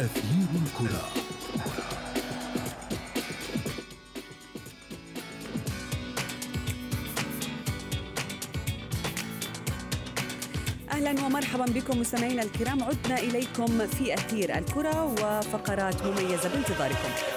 أثير الكرة. أهلا ومرحبا بكم مستمعينا الكرام، عدنا إليكم في أثير الكرة وفقرات مميزة بانتظاركم.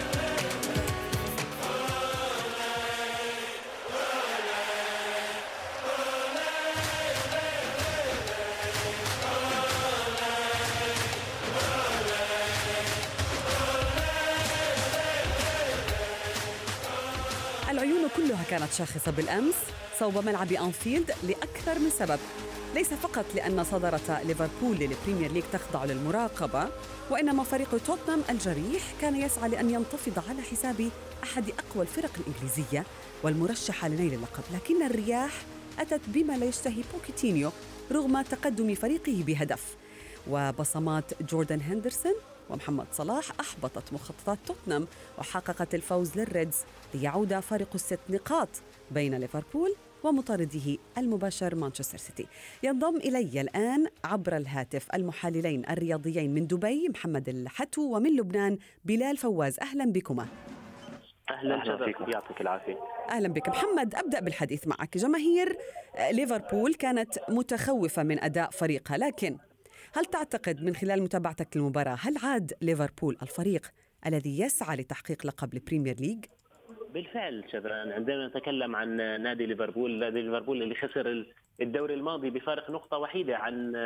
العيون كلها كانت شاخصة بالأمس صوب ملعب أنفيلد لأكثر من سبب، ليس فقط لأن صدارة ليفربول للبريمير ليج تخضع للمراقبة، وإنما فريق توتنهام الجريح كان يسعى لأن ينتفض على حساب أحد أقوى الفرق الإنجليزية والمرشحة لنيل اللقب، لكن الرياح أتت بما لا يشتهي بوكيتينيو رغم تقدم فريقه بهدف. وبصمات جوردان هندرسون ومحمد صلاح أحبطت مخططات توتنهام وحققت الفوز للريدز ليعود فارق 6 نقاط بين ليفربول ومطارده المباشر مانشستر سيتي. ينضم إلي الآن عبر الهاتف المحللين الرياضيين من دبي محمد الحتو، ومن لبنان بلال فواز. أهلا بكما. أهلا فيكم، يعطيك العافية. أهلا بك محمد. أبدأ بالحديث معك. جماهير ليفربول كانت متخوفة من أداء فريقها، لكن هل تعتقد من خلال متابعتك للمباراة هل عاد ليفربول الفريق الذي يسعى لتحقيق لقب البريمير ليج؟ بالفعل شذران، عندما نتكلم عن نادي ليفربول اللي خسر الدوري الماضي بفارق نقطة وحيدة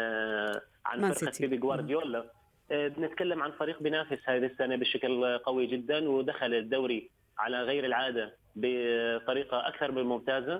عن فرقة بيب جوارديولا، بنتكلم عن فريق بينافس هذه السنة بشكل قوي جدا، ودخل الدوري على غير العادة بطريقة أكثر من ممتازة،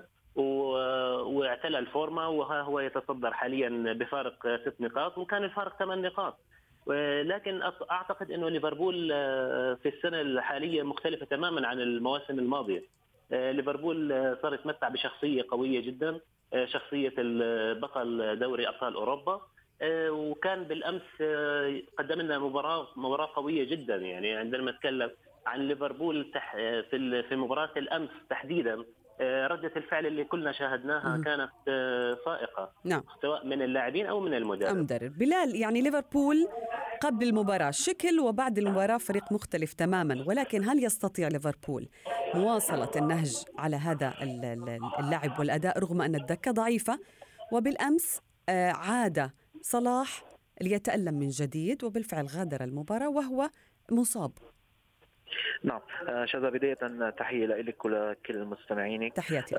واعتلى الفورمة، وها هو يتصدر حاليا بفارق 6 نقاط، وكان الفارق 8 نقاط. لكن أعتقد أنه ليفربول في السنة الحالية مختلفة تماما عن المواسم الماضية. ليفربول صار يتمتع بشخصية قوية جدا، شخصية البطل دوري أبطال أوروبا، وكان بالأمس قدم لنا مباراة قوية جدا. يعني عندما نتكلم عن ليفربول في مباراة الأمس تحديدا، ردة الفعل اللي كلنا شاهدناها كانت صائقة، نعم، سواء من اللاعبين أو من المدرب. بلال، يعني ليفربول قبل المباراة شكل وبعد المباراة فريق مختلف تماما، ولكن هل يستطيع ليفربول مواصلة النهج على هذا اللعب والأداء رغم أن الدكة ضعيفة؟ وبالأمس عاد صلاح ليتألم من جديد، وبالفعل غادر المباراة وهو مصاب. نعم شذا، بداية تحية لك ولكل المستمعين. تحياتي.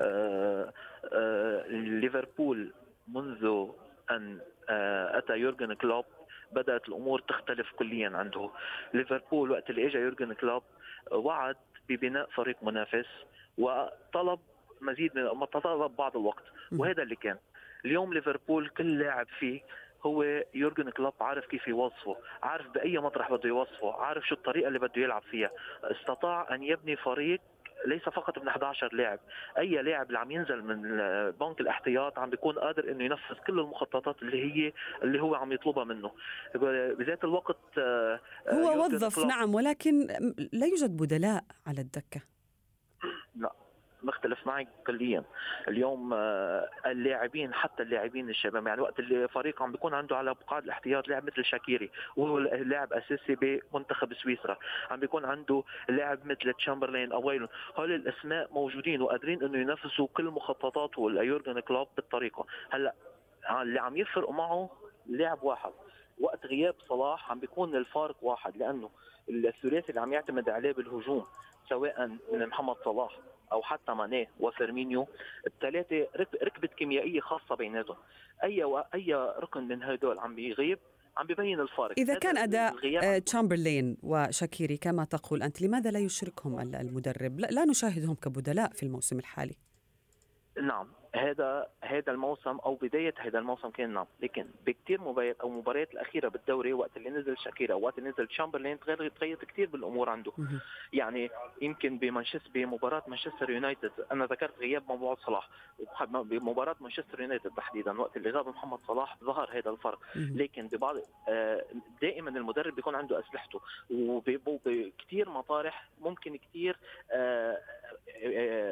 ليفربول منذ أن أتى يورغن كلوب بدأت الأمور تختلف كليا عنده. ليفربول وقت اللي اجى يورغن كلوب وعد ببناء فريق منافس وطلب طلب بعض الوقت، وهذا اللي كان. اليوم ليفربول كل لاعب فيه هو يورغن كلوب عارف كيف يوصفه، عارف بأي مطرح بده يوصفه، عارف شو الطريقة اللي بده يلعب فيها. استطاع أن يبني فريق ليس فقط من 11 لاعب، أي لاعب اللي عم ينزل من بنك الاحتياط عم بيكون قادر إنه ينفذ كل المخططات اللي هو عم يطلبها منه. بذات الوقت هو وظف، نعم، ولكن لا يوجد بدلاء على الدكة. لا، مختلف معي كليا. اليوم اللاعبين، حتى اللاعبين الشباب، يعني وقت الفريق عم بيكون عنده على قاعدة الاحتياط لاعب مثل شاكيري وهو لاعب أساسي بمنتخب سويسرا، عم بيكون عنده لاعب مثل تشامبرلين أو غيره، هول الأسماء موجودين وقادرين إنه ينفذوا كل مخططاته يورغن كلوب بالطريقة. هلا اللي عم يفرق معه لاعب واحد، وقت غياب صلاح عم بيكون الفارق واحد، لأنه الثلاثي اللي عم يعتمد عليه بالهجوم سواء من محمد صلاح أو حتى ماني وفيرمينيو، الثلاثة ركبت كيميائية خاصة بيناتهم. أي ركن من هدول عم بيغيب عم بيبين الفارق. إذا كان أداء تشامبرلين وشاكيري كما تقول أنت، لماذا لا يشركهم المدرب؟ لا نشاهدهم كبدلاء في الموسم الحالي. نعم، هذا الموسم او بدايه هذا الموسم كان نعم، لكن بكثير مباريات الاخيره بالدوري وقت اللي نزل شاكيرا وقت اللي نزل تشامبرلين تغيرت كثير بالامور عنده. يعني يمكن بمباراه مانشستر يونايتد انا ذكرت غياب موضوع صلاح، بمباراه مانشستر يونايتد تحديدا وقت اللي غاب محمد صلاح ظهر هذا الفرق. لكن ببعض دائما المدرب بيكون عنده اسلحته، وبكثير مطارح ممكن كثير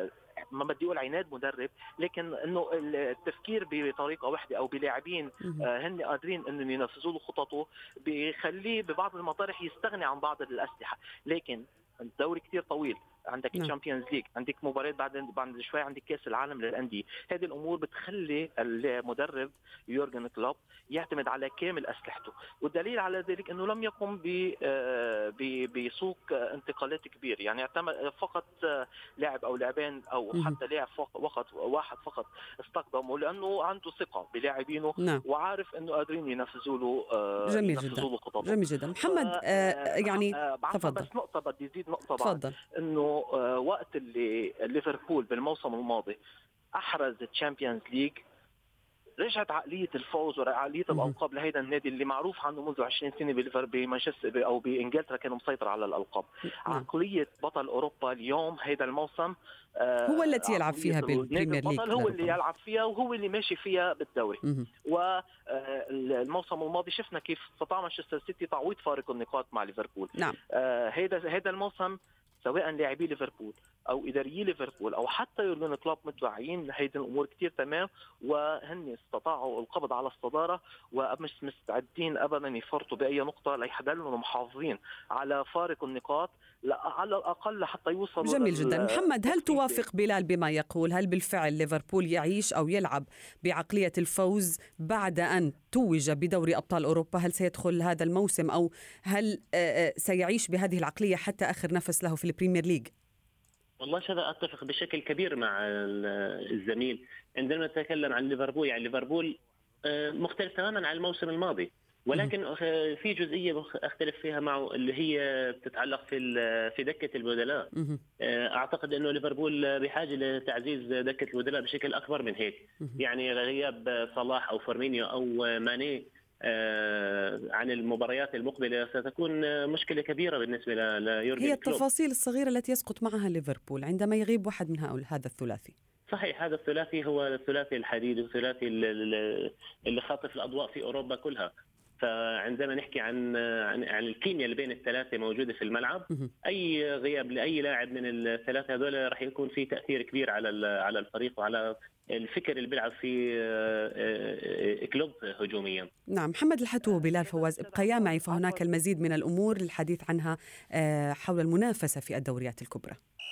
ما بدي اقول عناد مدرب، لكن انه التفكير بطريقه واحده او بلاعبين هن قادرين انهم ينفذوا له خططه بيخليه ببعض المطارح يستغني عن بعض الاسلحه. لكن الدوري كتير طويل، عندك الشامبيونز ليج، عندك مباريات بعد شوي عندك كاس العالم للانديه. هذه الامور بتخلي المدرب يورجن كلوب يعتمد على كامل اسلحته، والدليل على ذلك انه لم يقم بسوق انتقالات كبير، يعني اعتمد فقط لاعب او لاعبين او حتى لاعب واحد فقط استقدمه، لانه عنده ثقه بلاعبينه وعارف انه قادرين ينفذوا له خططه. جميل جدا محمد. يعني تفضل. بس نقطه بدي ازيد نقطه بعد، انه وقت اللي ليفربول بالموسم الماضي احرز الشامبيونز ليج رجعت عقليه الفوز وعقليه الالقاب لهيدا النادي اللي معروف عنه منذ 20 سنه بمانشستر او بانجلترا كانوا مسيطر على الالقاب. عقليه بطل اوروبا اليوم هيدا الموسم هو التي يلعب فيها بالبريمير ليج، هو اللي يلعب فيها وهو اللي ماشي فيها بالدوري. والموسم الماضي شفنا كيف استطاع مانشستر سيتي تعويض فارق النقاط مع ليفربول. هيدا الموسم سواء لاعبي ليفربول او اداريي ليفربول او حتى يورجن كلوب متوعيين هيدي الامور كتير تمام، وهن استطاعوا القبض على الصداره ومش مستعدين ابدا يفرطوا باي نقطه ليحضروا محافظين على فارق النقاط على الاقل حتى يوصلوا. جميل جدا محمد. هل توافق بلال بما يقول؟ هل بالفعل ليفربول يعيش او يلعب بعقليه الفوز بعد ان توج بدوري ابطال اوروبا؟ هل سيدخل هذا الموسم او هل سيعيش بهذه العقليه حتى اخر نفس له في البريمير ليج؟ والله شذا أتفق بشكل كبير مع الزميل. عندما نتكلم عن ليفربول، يعني ليفربول مختلف تماما عن الموسم الماضي، ولكن في جزئية أختلف فيها معه اللي هي تتعلق في دكة البدلاء. أعتقد أنه ليفربول بحاجة لتعزيز دكة البدلاء بشكل أكبر من هيك. يعني غياب صلاح أو فيرمينيو أو ماني عن المباريات المقبلة ستكون مشكلة كبيرة بالنسبة ليورجن هي كلوب. التفاصيل الصغيرة التي يسقط معها ليفربول عندما يغيب واحد من هذا الثلاثي. صحيح، هذا الثلاثي هو الثلاثي الحديد، الثلاثي اللي خاطف الأضواء في أوروبا كلها. فعندما نحكي عن الكيمياء اللي بين الثلاثة موجودة في الملعب، أي غياب لأي لاعب من الثلاثة هذول رح يكون فيه تأثير كبير على الفريق وعلى الفكر اللي بيلعب فيه كلوب هجوميا. نعم محمد الحتو وبلال فواز، ابقيا معي، فهناك المزيد من الأمور للحديث عنها حول المنافسة في الدوريات الكبرى.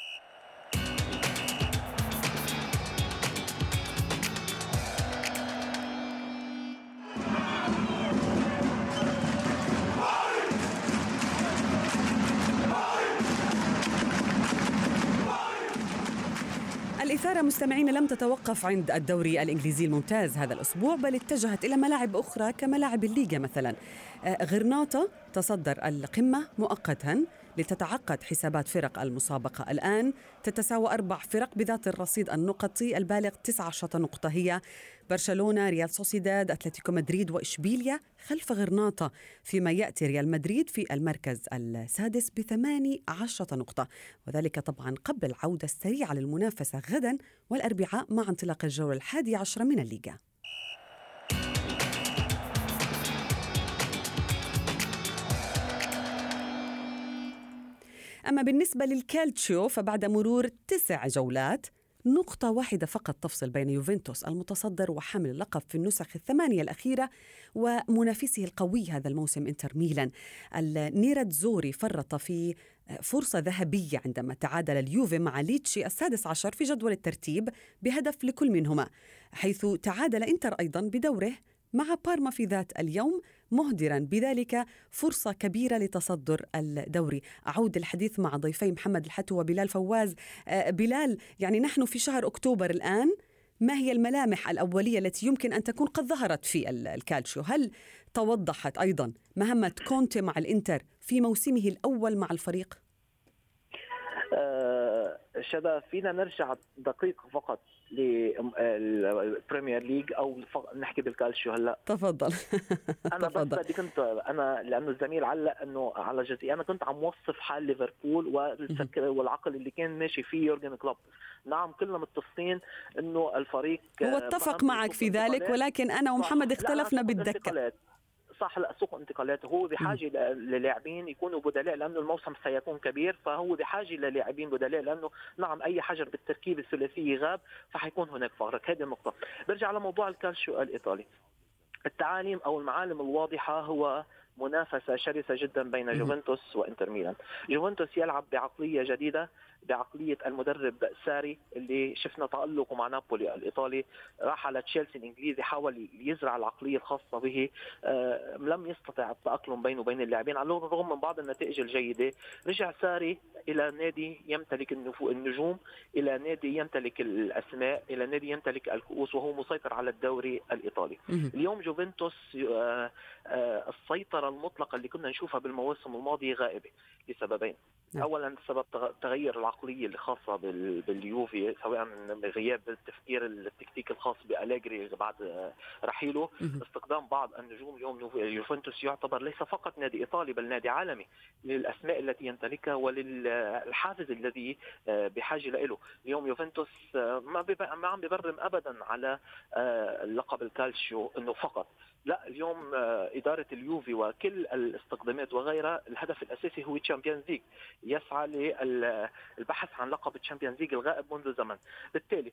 الإثارة مستمعين لم تتوقف عند الدوري الإنجليزي الممتاز هذا الأسبوع، بل اتجهت إلى ملاعب أخرى كملاعب الليغا مثلا. غرناطة تصدر القمة مؤقتا لتتعقد حسابات فرق المسابقة. الآن تتساوى 4 فرق بذات الرصيد النقطي البالغ 19 نقطة، هي برشلونة، ريال سوسيداد، أتلتيكو مدريد وإشبيليا خلف غرناطة، فيما يأتي ريال مدريد في المركز السادس ب18 نقطة، وذلك طبعا قبل العودة السريعة للمنافسة غدا والأربعاء مع انطلاق الجولة 11 من الليغا. أما بالنسبة للكالتشيو فبعد مرور 9 جولات نقطة واحدة فقط تفصل بين يوفنتوس المتصدر وحامل اللقب في النسخ 8 الأخيرة ومنافسه القوي هذا الموسم إنتر ميلان. النيراتزوري فرط في فرصة ذهبية عندما تعادل اليوفي مع ليتشي 16 في جدول الترتيب بهدف لكل منهما، حيث تعادل إنتر أيضا بدوره مع بارما في ذات اليوم، مهدرا بذلك فرصة كبيرة لتصدر الدوري. أعود الحديث مع ضيفي محمد الحتو وبلال فواز. بلال، يعني نحن في شهر أكتوبر الآن، ما هي الملامح الأولية التي يمكن أن تكون قد ظهرت في الكالتشيو؟ هل توضحت أيضا مهمة كونتي مع الإنتر في موسمه الأول مع الفريق؟ شباب فينا نرجع دقيقة فقط للبريمير ليج أو نحكي بالكالتشيو هلا. تفضل. أنا تفضل. بس كنت لأنه الزميل علق إنه على جزئية، أنا كنت عم وصف حال ليفربول والعقل اللي كان ماشي فيه يورجن كلوب. نعم كلنا متفقين إنه الفريق هو اتفق معك في ذلك، ولكن أنا ومحمد اختلفنا بالدكة. صح هلا سوق انتقالات هو بحاجه للاعبين يكونوا بدلاء، لانه الموسم سيكون كبير، فهو بحاجه للاعبين بدلاء، لانه نعم اي حجر بالتركيب الثلاثي غاب فحيكون هناك فارق. هذه النقطه. برجع على موضوع الكالشيو الايطالي. التعاليم او المعالم الواضحه هو منافسه شرسه جدا بين جوفنتوس وانتر ميلان. جوفنتوس يلعب بعقليه جديده، بعقليه المدرب ساري اللي شفنا تألقه مع نابولي الايطالي، راح على تشيلسي الانجليزي حاول يزرع العقليه الخاصه به، لم يستطع التأقلم بينه وبين اللاعبين على الرغم من بعض النتائج الجيده. رجع ساري الى نادي يمتلك النجوم، الى نادي يمتلك الاسماء، الى نادي يمتلك الكؤوس، وهو مسيطر على الدوري الايطالي. اليوم جوفنتوس السيطره المطلقه اللي كنا نشوفها بالمواسم الماضيه غائبه لسببين. اولا سبب تغير العقليه الخاصه باليوفي، سواء من غياب التفكير التكتيكي الخاص بأليجري بعد رحيله، استخدام بعض النجوم. اليوم يوفنتوس يعتبر ليس فقط نادي ايطالي بل نادي عالمي، للاسماء التي يمتلكها وللحافز الذي بحاجه له. اليوم يوفنتوس ما عم ببرم ابدا على اللقب الكالشيو انه فقط، لا. اليوم إدارة اليوفي وكل الاستخدامات وغيرها الهدف الأساسي هو تشامبيونز ليج، يسعى للبحث عن لقب تشامبيونز ليج الغائب منذ زمن. بالتالي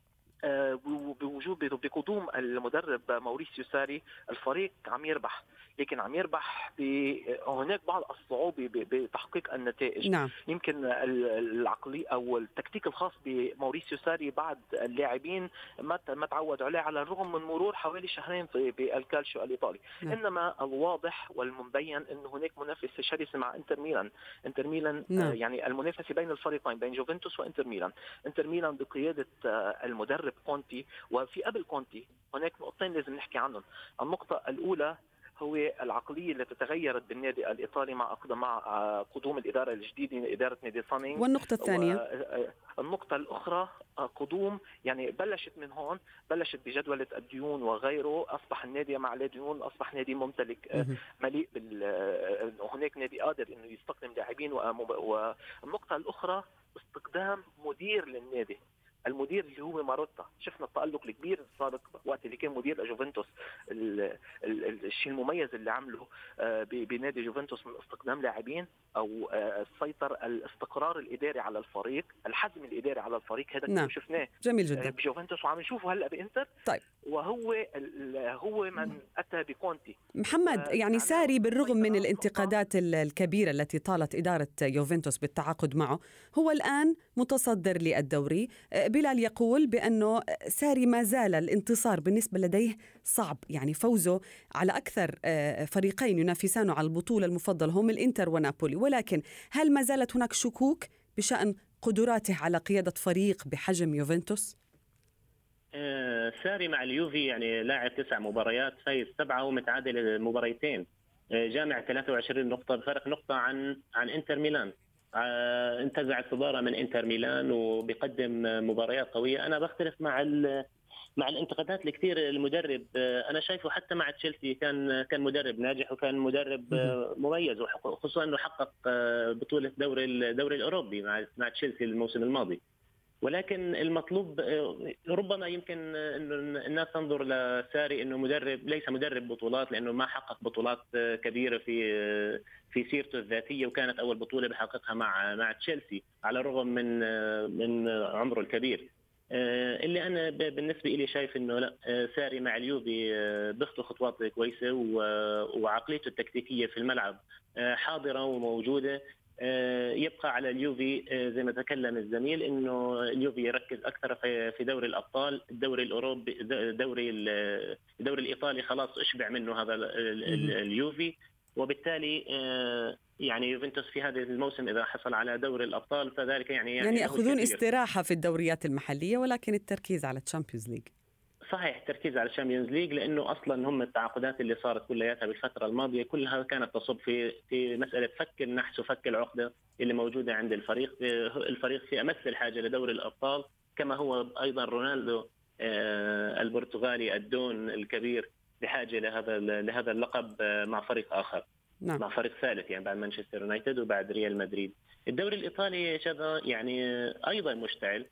بقدوم المدرب موريسيو ساري الفريق عم يربح، لكن عم يربح هناك بعض الصعوبة بتحقيق النتائج. نعم. يمكن العقلي أو التكتيك الخاص بموريسيو ساري بعد اللاعبين ما تعود عليه على الرغم من مرور حوالي شهرين بالكالشيو الإيطالي. نعم. إنما الواضح والمبين أن هناك منافسة شرسة مع إنتر ميلان. نعم. يعني المنافسة بين الفريقين بين جوفنتوس وإنتر ميلان بقيادة المدرب كونتي. وفي قبل كونتي هناك نقطتين لازم نحكي عنهم. النقطة الأولى هو العقلية التي تغيرت بالنادي الإيطالي مع قدوم الإدارة الجديدة، إدارة نادي سانينغ. والنقطة الثانية، النقطة الأخرى قدوم، يعني بلشت من هون، بلشت بجدولة الديون وغيره. أصبح النادي مع الديون أصبح نادي ممتلك مليء هناك نادي قادر إنه يستخدم لاعبين. والنقطة الأخرى استخدام مدير للنادي، المدير اللي هو ماروتا. شفنا التألق الكبير السابق وقت اللي كان مدير جوفنتوس، الشيء المميز اللي عمله بنادي جوفنتوس من استخدام لاعبين او الاستقرار الاداري على الفريق، الحزم الاداري على الفريق. هذا نعم. شفناه جميل جدا بجوفنتوس وعم نشوفه هلا بإنتر. طيب، وهو من اتى بكونتي. محمد، يعني ساري بالرغم من الانتقادات الكبيرة التي طالت إدارة يوفنتوس بالتعاقد معه، هو الآن متصدر للدوري. بلال يقول بأنه ساري ما زال الانتصار بالنسبة لديه صعب، يعني فوزه على أكثر فريقين ينافسانه على البطولة المفضل هم الإنتر ونابولي، ولكن هل ما زالت هناك شكوك بشأن قدراته على قيادة فريق بحجم يوفنتوس؟ ساري مع اليوفي يعني لاعب 9 مباريات، فايز 7 ومتعادل مباريتين، جامع 23 نقطة بفرق نقطة عن إنتر ميلان. انتزع الصدارة من إنتر ميلان وبيقدم مباريات قوية. أنا بختلف مع الانتقادات الكثير المدرب. أنا شايفه حتى مع تشيلسي كان مدرب ناجح وكان مدرب مميز، خصوصا أنه حقق بطولة دوري الأوروبي مع تشيلسي الموسم الماضي. ولكن المطلوب ربما يمكن انه الناس تنظر لساري انه ليس مدرب بطولات، لانه ما حقق بطولات كبيره في سيرته الذاتيه، وكانت اول بطوله بحققها مع تشيلسي على الرغم من عمره الكبير. اللي انا بالنسبه لي شايف انه لا، ساري مع اليوفي بيخطو خطوات كويسه، وعقليته التكتيكيه في الملعب حاضره وموجوده. يبقى على اليوفي زي ما تكلم الزميل انه اليوفي يركز اكثر في دوري الابطال. الدوري الاوروبي، الدوري الايطالي خلاص اشبع منه هذا اليوفي، وبالتالي يعني يوفنتوس في هذا الموسم اذا حصل على دوري الابطال فذلك يعني ياخذون استراحه في الدوريات المحليه، ولكن التركيز على الشامبيونز ليج. صحيح، التركيز على الشامبيونز ليج، لانه اصلا هم التعاقدات اللي صارت كلياتها بالفتره الماضيه كلها كانت تصب في مساله فك النحس وفك العقده اللي موجوده عند الفريق. الفريق في امس الحاجه لدوري الابطال، كما هو ايضا رونالدو البرتغالي الدون الكبير بحاجه لهذا اللقب مع فريق اخر. نعم. مع فريق ثالث يعني بعد مانشستر يونايتد وبعد ريال مدريد. الدوري الايطالي يعني ايضا مشتعل،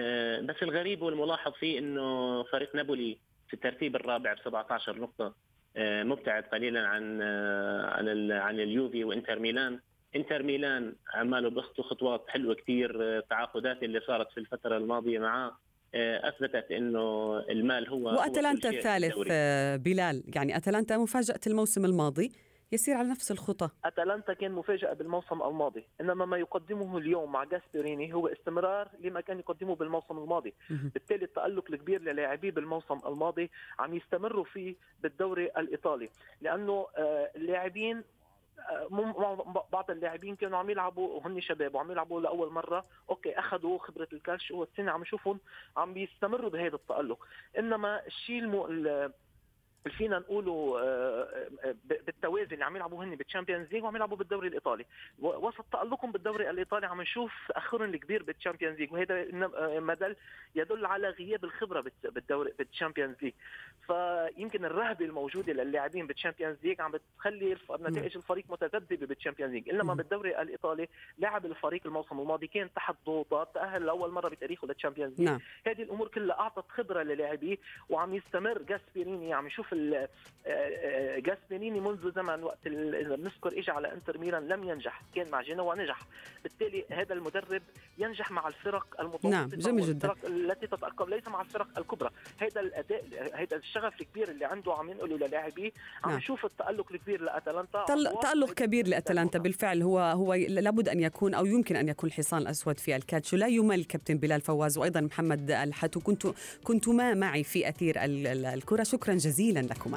بس الغريب والملاحظ فيه انه فريق نابولي في الترتيب الرابع ب 17 نقطة، مبتعد قليلا عن اليوفي وانتر ميلان. انتر ميلان عماله بيخطو خطوات حلوه كثير. التعاقدات اللي صارت في الفتره الماضيه معه اثبتت انه المال هو واتلانتا الثالث بلال، يعني اتلانتا مفاجاه الموسم الماضي يسير على نفس الخطى. أتلانتا كان مفاجأة بالموسم الماضي، إنما ما يقدمه اليوم مع جاسبريني هو استمرار لما كان يقدمه بالموسم الماضي. بالتالي التألق الكبير للاعبي بالموسم الماضي عم يستمروا فيه بالدوري الإيطالي، لأنه اللاعبين بعض اللاعبين كانوا عم يلعبوا وهن شباب وعم يلعبوا لأول مرة، أوكي أخذوا خبرة الكالتشيو والسنة عم يشوفون عم بيستمروا بهذا التألق. إنما الشيء فينا نقولوا بالتوازي اللي عم يلعبوا هن بالتشامبيونز ليج وعم يلعبوا بالدوري الايطالي، وسط تألقهم بالدوري الايطالي عم نشوف تاخرهم الكبير بالتشامبيونز ليج، وهذا ما يدل على غياب الخبره بالدوري بالتشامبيونز ليج. فيمكن الرهبه الموجوده للاعبين بالتشامبيونز ليج عم بتخلي نتائج الفريق متذبذبه بالتشامبيونز ليج. انما بالدوري الايطالي لاعب الفريق الموسم الماضي كان تحت ضغوطات، تاهل لاول مره بتاريخه للتشامبيونز ليج. هذه الامور كلها اعطت خبره للاعبيه، وعم يستمر جاسبريني عم يشوف جاسبريني منذ زمن وقت اذا بنذكر اجى على انتر ميلان لم ينجح، كان مع جنوا ونجح. بالتالي هذا المدرب ينجح مع الفرق المتوسطه والفرق التي تتأقلم، ليس مع الفرق الكبرى. هذا الاداء، هذا الشغف الكبير اللي عنده عم ينقله للاعبيه. عم نشوف التألق الكبير لأتلانتا، تألق كبير لأتلانتا بالفعل. هو لابد ان يكون او يمكن ان يكون الحصان الاسود في الكاتشو. لا يمل كابتن بلال فواز وايضا محمد الحتو، كنتما معي في اثير الكرة. شكرا جزيلا لكما.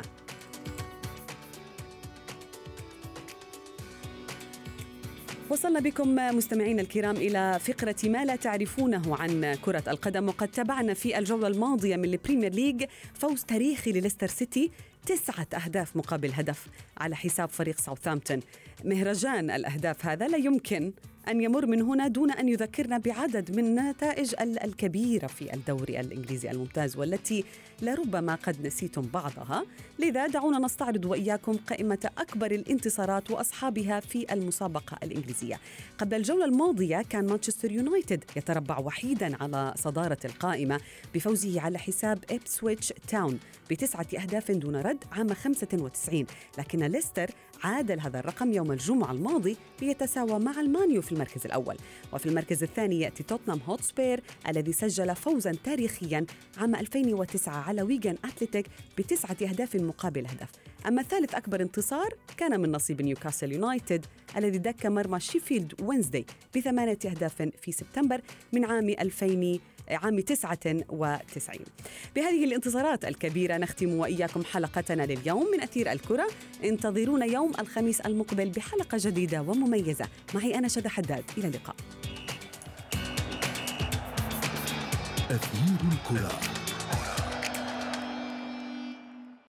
وصلنا بكم مستمعين الكرام إلى فقرة ما لا تعرفونه عن كرة القدم. وقد تابعنا في الجولة الماضية من البريمير ليج فوز تاريخي لليستر سيتي 9 أهداف مقابل هدف على حساب فريق ساوثهامبتون. مهرجان الأهداف هذا لا يمكن أن يمر من هنا دون أن يذكرنا بعدد من النتائج الكبيرة في الدوري الإنجليزي الممتاز، والتي لربما قد نسيتم بعضها. لذا دعونا نستعرض وإياكم قائمة أكبر الانتصارات وأصحابها في المسابقة الإنجليزية. قبل الجولة الماضية كان مانشستر يونايتد يتربع وحيدا على صدارة القائمة بفوزه على حساب إبسويتش تاون ب9 أهداف دون رد عام 95، لكن ليستر عادل هذا الرقم يوم الجمعة الماضي ليتساوى مع المانيو في المركز الأول. وفي المركز الثاني يأتي توتنهام هوتسبير الذي سجل فوزا تاريخيا عام 2009 على ويغان أتلتيك ب9 أهداف مقابل هدف. أما ثالث أكبر انتصار كان من نصيب نيوكاسل يونايتد الذي دك مرمى شيفيلد وينزداي ب8 أهداف في سبتمبر من عام 99. بهذه الانتصارات الكبيرة نختم وإياكم حلقتنا لليوم من أثير الكرة. انتظرونا يوم الخميس المقبل بحلقة جديدة ومميزة. معي أنا شذى حداد، إلى اللقاء. أثير الكرة.